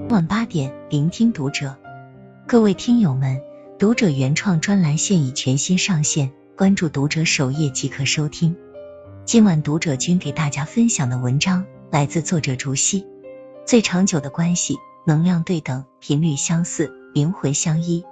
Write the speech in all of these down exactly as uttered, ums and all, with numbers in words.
晚八点，聆听读者。各位听友们，读者原创专栏现已全新上线，关注读者首页即可收听。今晚读者君给大家分享的文章来自作者竹溪。最长久的关系，能量对等，频率相似，灵魂相依。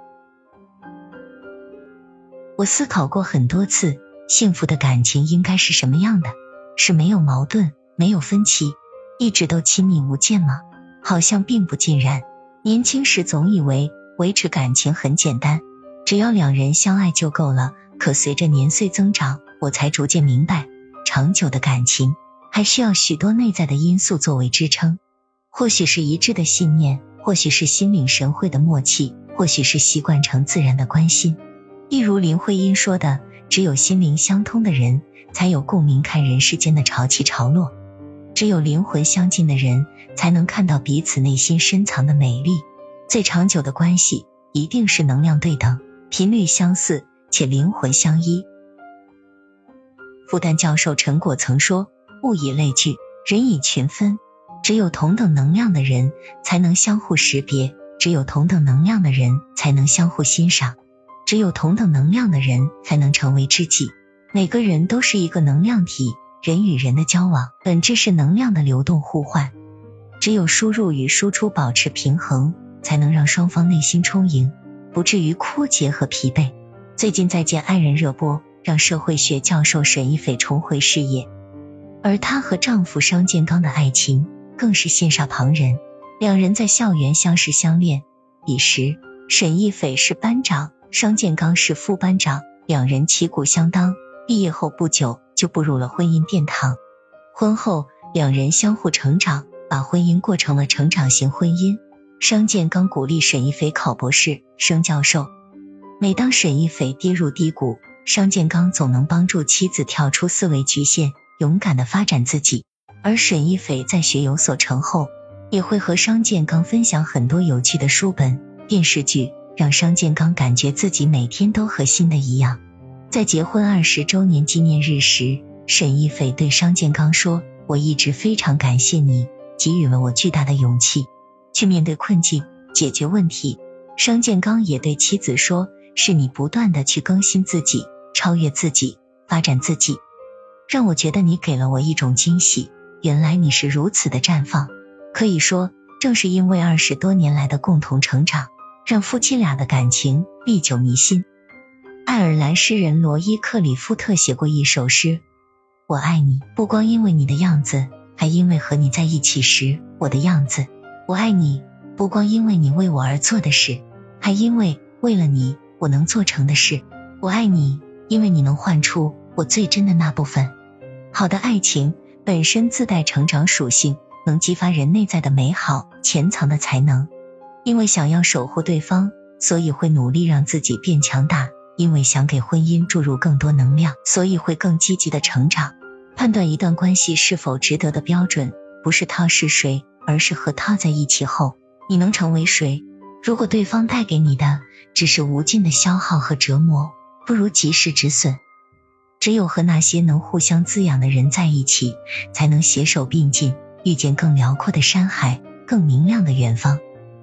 我思考过很多次，幸福的感情应该是什么样的？是没有矛盾，没有分歧，一直都亲密无间吗？好像并不尽然。年轻时总以为维持感情很简单，只要两人相爱就够了，可随着年岁增长，我才逐渐明白，长久的感情还需要许多内在的因素作为支撑。或许是一致的信念，或许是心领神会的默契，或许是习惯成自然的关心。一如林徽因说的，只有心灵相通的人才有共鸣看人世间的潮起潮落，只有灵魂相近的人才能看到彼此内心深藏的美丽。最长久的关系一定是能量对等，频率相似，且灵魂相依。复旦教授陈果曾说，物以类聚，人以群分，只有同等能量的人才能相互识别，只有同等能量的人才能相互欣赏，只有同等能量的人才能成为知己。每个人都是一个能量体，人与人的交往本质是能量的流动互换，只有输入与输出保持平衡，才能让双方内心充盈，不至于枯竭和疲惫。最近再见爱人热播，让社会学教授沈一斐重回事业，而她和丈夫商建刚的爱情更是羡煞旁人。两人在校园相识相恋，彼时沈一斐是班长，商建刚是副班长，两人旗鼓相当，毕业后不久就步入了婚姻殿堂。婚后两人相互成长，把婚姻过成了成长型婚姻。商建刚鼓励沈一斐考博士升教授，每当沈一斐跌入低谷，商建刚总能帮助妻子跳出思维局限，勇敢地发展自己。而沈一斐在学有所成后，也会和商建刚分享很多有趣的书本、电视剧，让商建刚感觉自己每天都和新的一样。在结婚二十周年纪念日时，沈一斐对商建刚说，我一直非常感谢你，给予了我巨大的勇气去面对困境，解决问题。商建刚也对妻子说，是你不断的去更新自己，超越自己，发展自己，让我觉得你给了我一种惊喜，原来你是如此的绽放。可以说，正是因为二十多年来的共同成长，让夫妻俩的感情历久弥新。爱尔兰诗人罗伊·克里夫特写过一首诗，我爱你，不光因为你的样子，还因为和你在一起时我的样子。我爱你，不光因为你为我而做的事，还因为为了你我能做成的事。我爱你，因为你能唤出我最真的那部分。好的爱情本身自带成长属性，能激发人内在的美好，潜藏的才能。因为想要守护对方，所以会努力让自己变强大，因为想给婚姻注入更多能量，所以会更积极的成长。判断一段关系是否值得的标准，不是他是谁，而是和他在一起后你能成为谁。如果对方带给你的只是无尽的消耗和折磨，不如及时止损。只有和那些能互相滋养的人在一起，才能携手并进，遇见更辽阔的山海，更明亮的远方。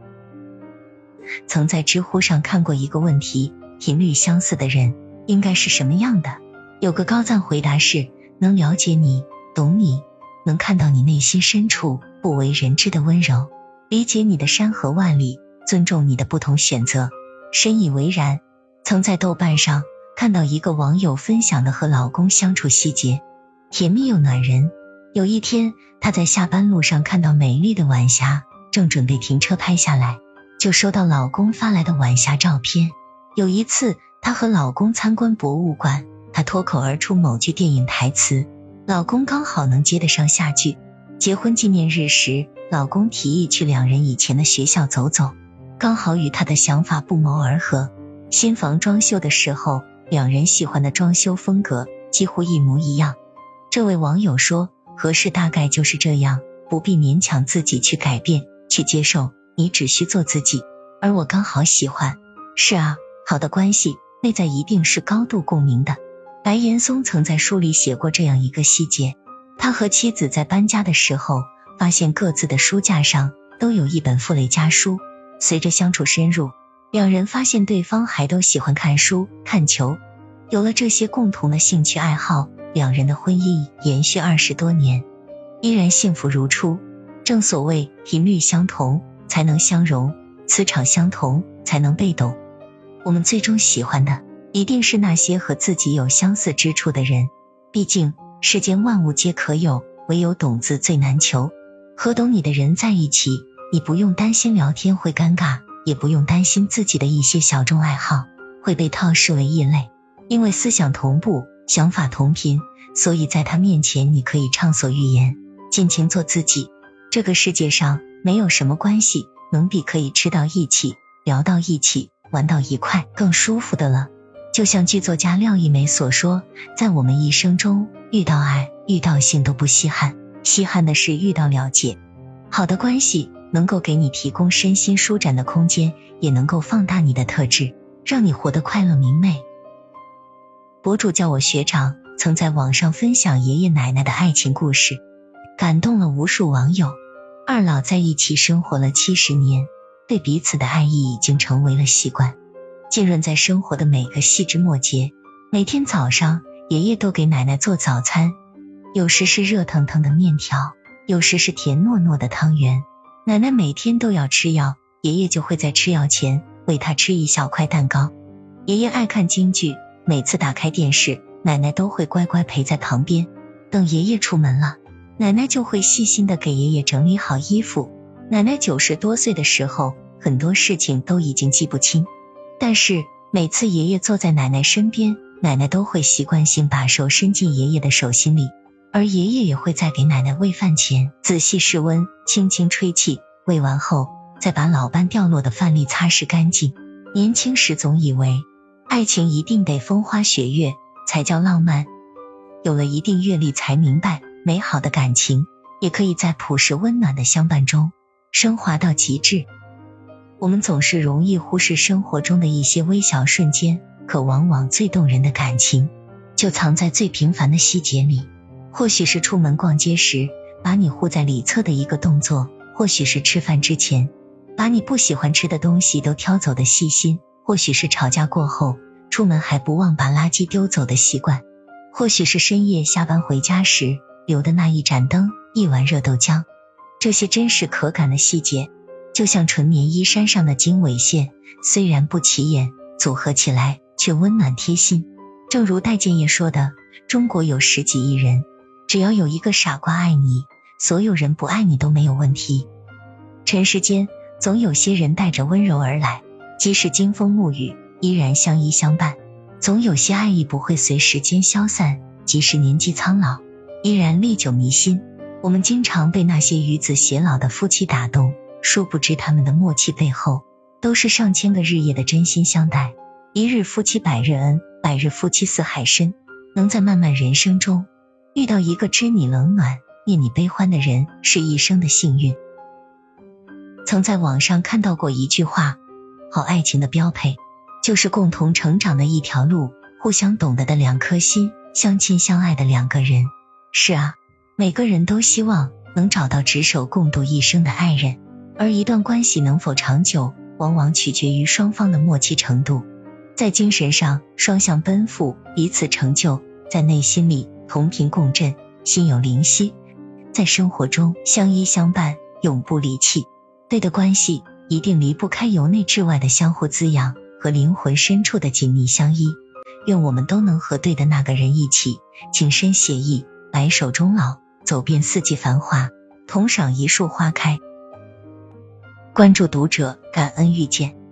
曾在知乎上看过一个问题，频率相似的人应该是什么样的？有个高赞回答是，能了解你，懂你，能看到你内心深处不为人知的温柔，理解你的山河万里，尊重你的不同选择。深以为然。曾在豆瓣上看到一个网友分享的和老公相处细节，甜蜜又暖人。有一天，她在下班路上看到美丽的晚霞，正准备停车拍下来，就收到老公发来的晚霞照片。有一次，她和老公参观博物馆，她脱口而出某句电影台词，老公刚好能接得上下句。结婚纪念日时，老公提议去两人以前的学校走走，刚好与他的想法不谋而合。新房装修的时候，两人喜欢的装修风格几乎一模一样。这位网友说，合适大概就是这样，不必勉强自己去改变，去接受，你只需做自己。而我刚好喜欢。是啊，好的关系内在一定是高度共鸣的。白岩松曾在书里写过这样一个细节，他和妻子在搬家的时候，发现各自的书架上都有一本傅雷家书。随着相处深入，两人发现对方还都喜欢看书、看球。有了这些共同的兴趣爱好，两人的婚姻延续二十多年，依然幸福如初。正所谓频率相同才能相融，磁场相同才能被懂。我们最终喜欢的一定是那些和自己有相似之处的人，毕竟世间万物皆可有，唯有懂字最难求。和懂你的人在一起，你不用担心聊天会尴尬，也不用担心自己的一些小众爱好会被套视为异类，因为思想同步，想法同频，所以在他面前你可以畅所欲言，尽情做自己。这个世界上没有什么关系能比可以吃到一起、聊到一起、玩到一块更舒服的了。就像剧作家廖一梅所说，在我们一生中，遇到爱、遇到性都不稀罕，稀罕的是遇到了解。好的关系能够给你提供身心舒展的空间，也能够放大你的特质，让你活得快乐明媚。博主叫我学长曾在网上分享爷爷奶奶的爱情故事，感动了无数网友。二老在一起生活了七十年，对彼此的爱意已经成为了习惯，浸润在生活的每个细枝末节。每天早上，爷爷都给奶奶做早餐，有时是热腾腾的面条，有时是甜糯糯的汤圆。奶奶每天都要吃药，爷爷就会在吃药前喂她吃一小块蛋糕。爷爷爱看京剧，每次打开电视，奶奶都会乖乖陪在旁边。等爷爷出门了，奶奶就会细心的给爷爷整理好衣服。奶奶九十多岁的时候，很多事情都已经记不清，但是每次爷爷坐在奶奶身边，奶奶都会习惯性把手伸进爷爷的手心里，而爷爷也会在给奶奶喂饭前仔细试温，轻轻吹气，喂完后再把老斑掉落的饭粒擦拭干净。年轻时总以为爱情一定得风花雪月才叫浪漫，有了一定阅历才明白，美好的感情也可以在朴实温暖的相伴中升华到极致。我们总是容易忽视生活中的一些微小瞬间，可往往最动人的感情就藏在最平凡的细节里。或许是出门逛街时把你护在里侧的一个动作，或许是吃饭之前把你不喜欢吃的东西都挑走的细心，或许是吵架过后出门还不忘把垃圾丢走的习惯，或许是深夜下班回家时留的那一盏灯，一碗热豆浆。这些真实可感的细节就像纯棉衣衫上的经纬线，虽然不起眼，组合起来却温暖贴心。正如戴建业说的，中国有十几亿人，只要有一个傻瓜爱你，所有人不爱你都没有问题。尘世间总有些人带着温柔而来，即使经风沐雨依然相依相伴。总有些爱意不会随时间消散，即使年纪苍老依然历久弥新。我们经常被那些与子偕老的夫妻打动，殊不知他们的默契背后都是上千个日夜的真心相待。一日夫妻百日恩，百日夫妻似海深。能在漫漫人生中遇到一个知你冷暖念你悲欢的人，是一生的幸运。曾在网上看到过一句话，好爱情的标配就是共同成长的一条路，互相懂得的两颗心，相亲相爱的两个人。是啊，每个人都希望能找到执手共度一生的爱人，而一段关系能否长久，往往取决于双方的默契程度。在精神上双向奔赴，彼此成就；在内心里同频共振，心有灵犀；在生活中相依相伴，永不离弃。对的关系一定离不开由内至外的相互滋养和灵魂深处的紧密相依。愿我们都能和对的那个人一起情深写意，白首终老，走遍四季繁华，同赏一树花开。关注读者，感恩遇见。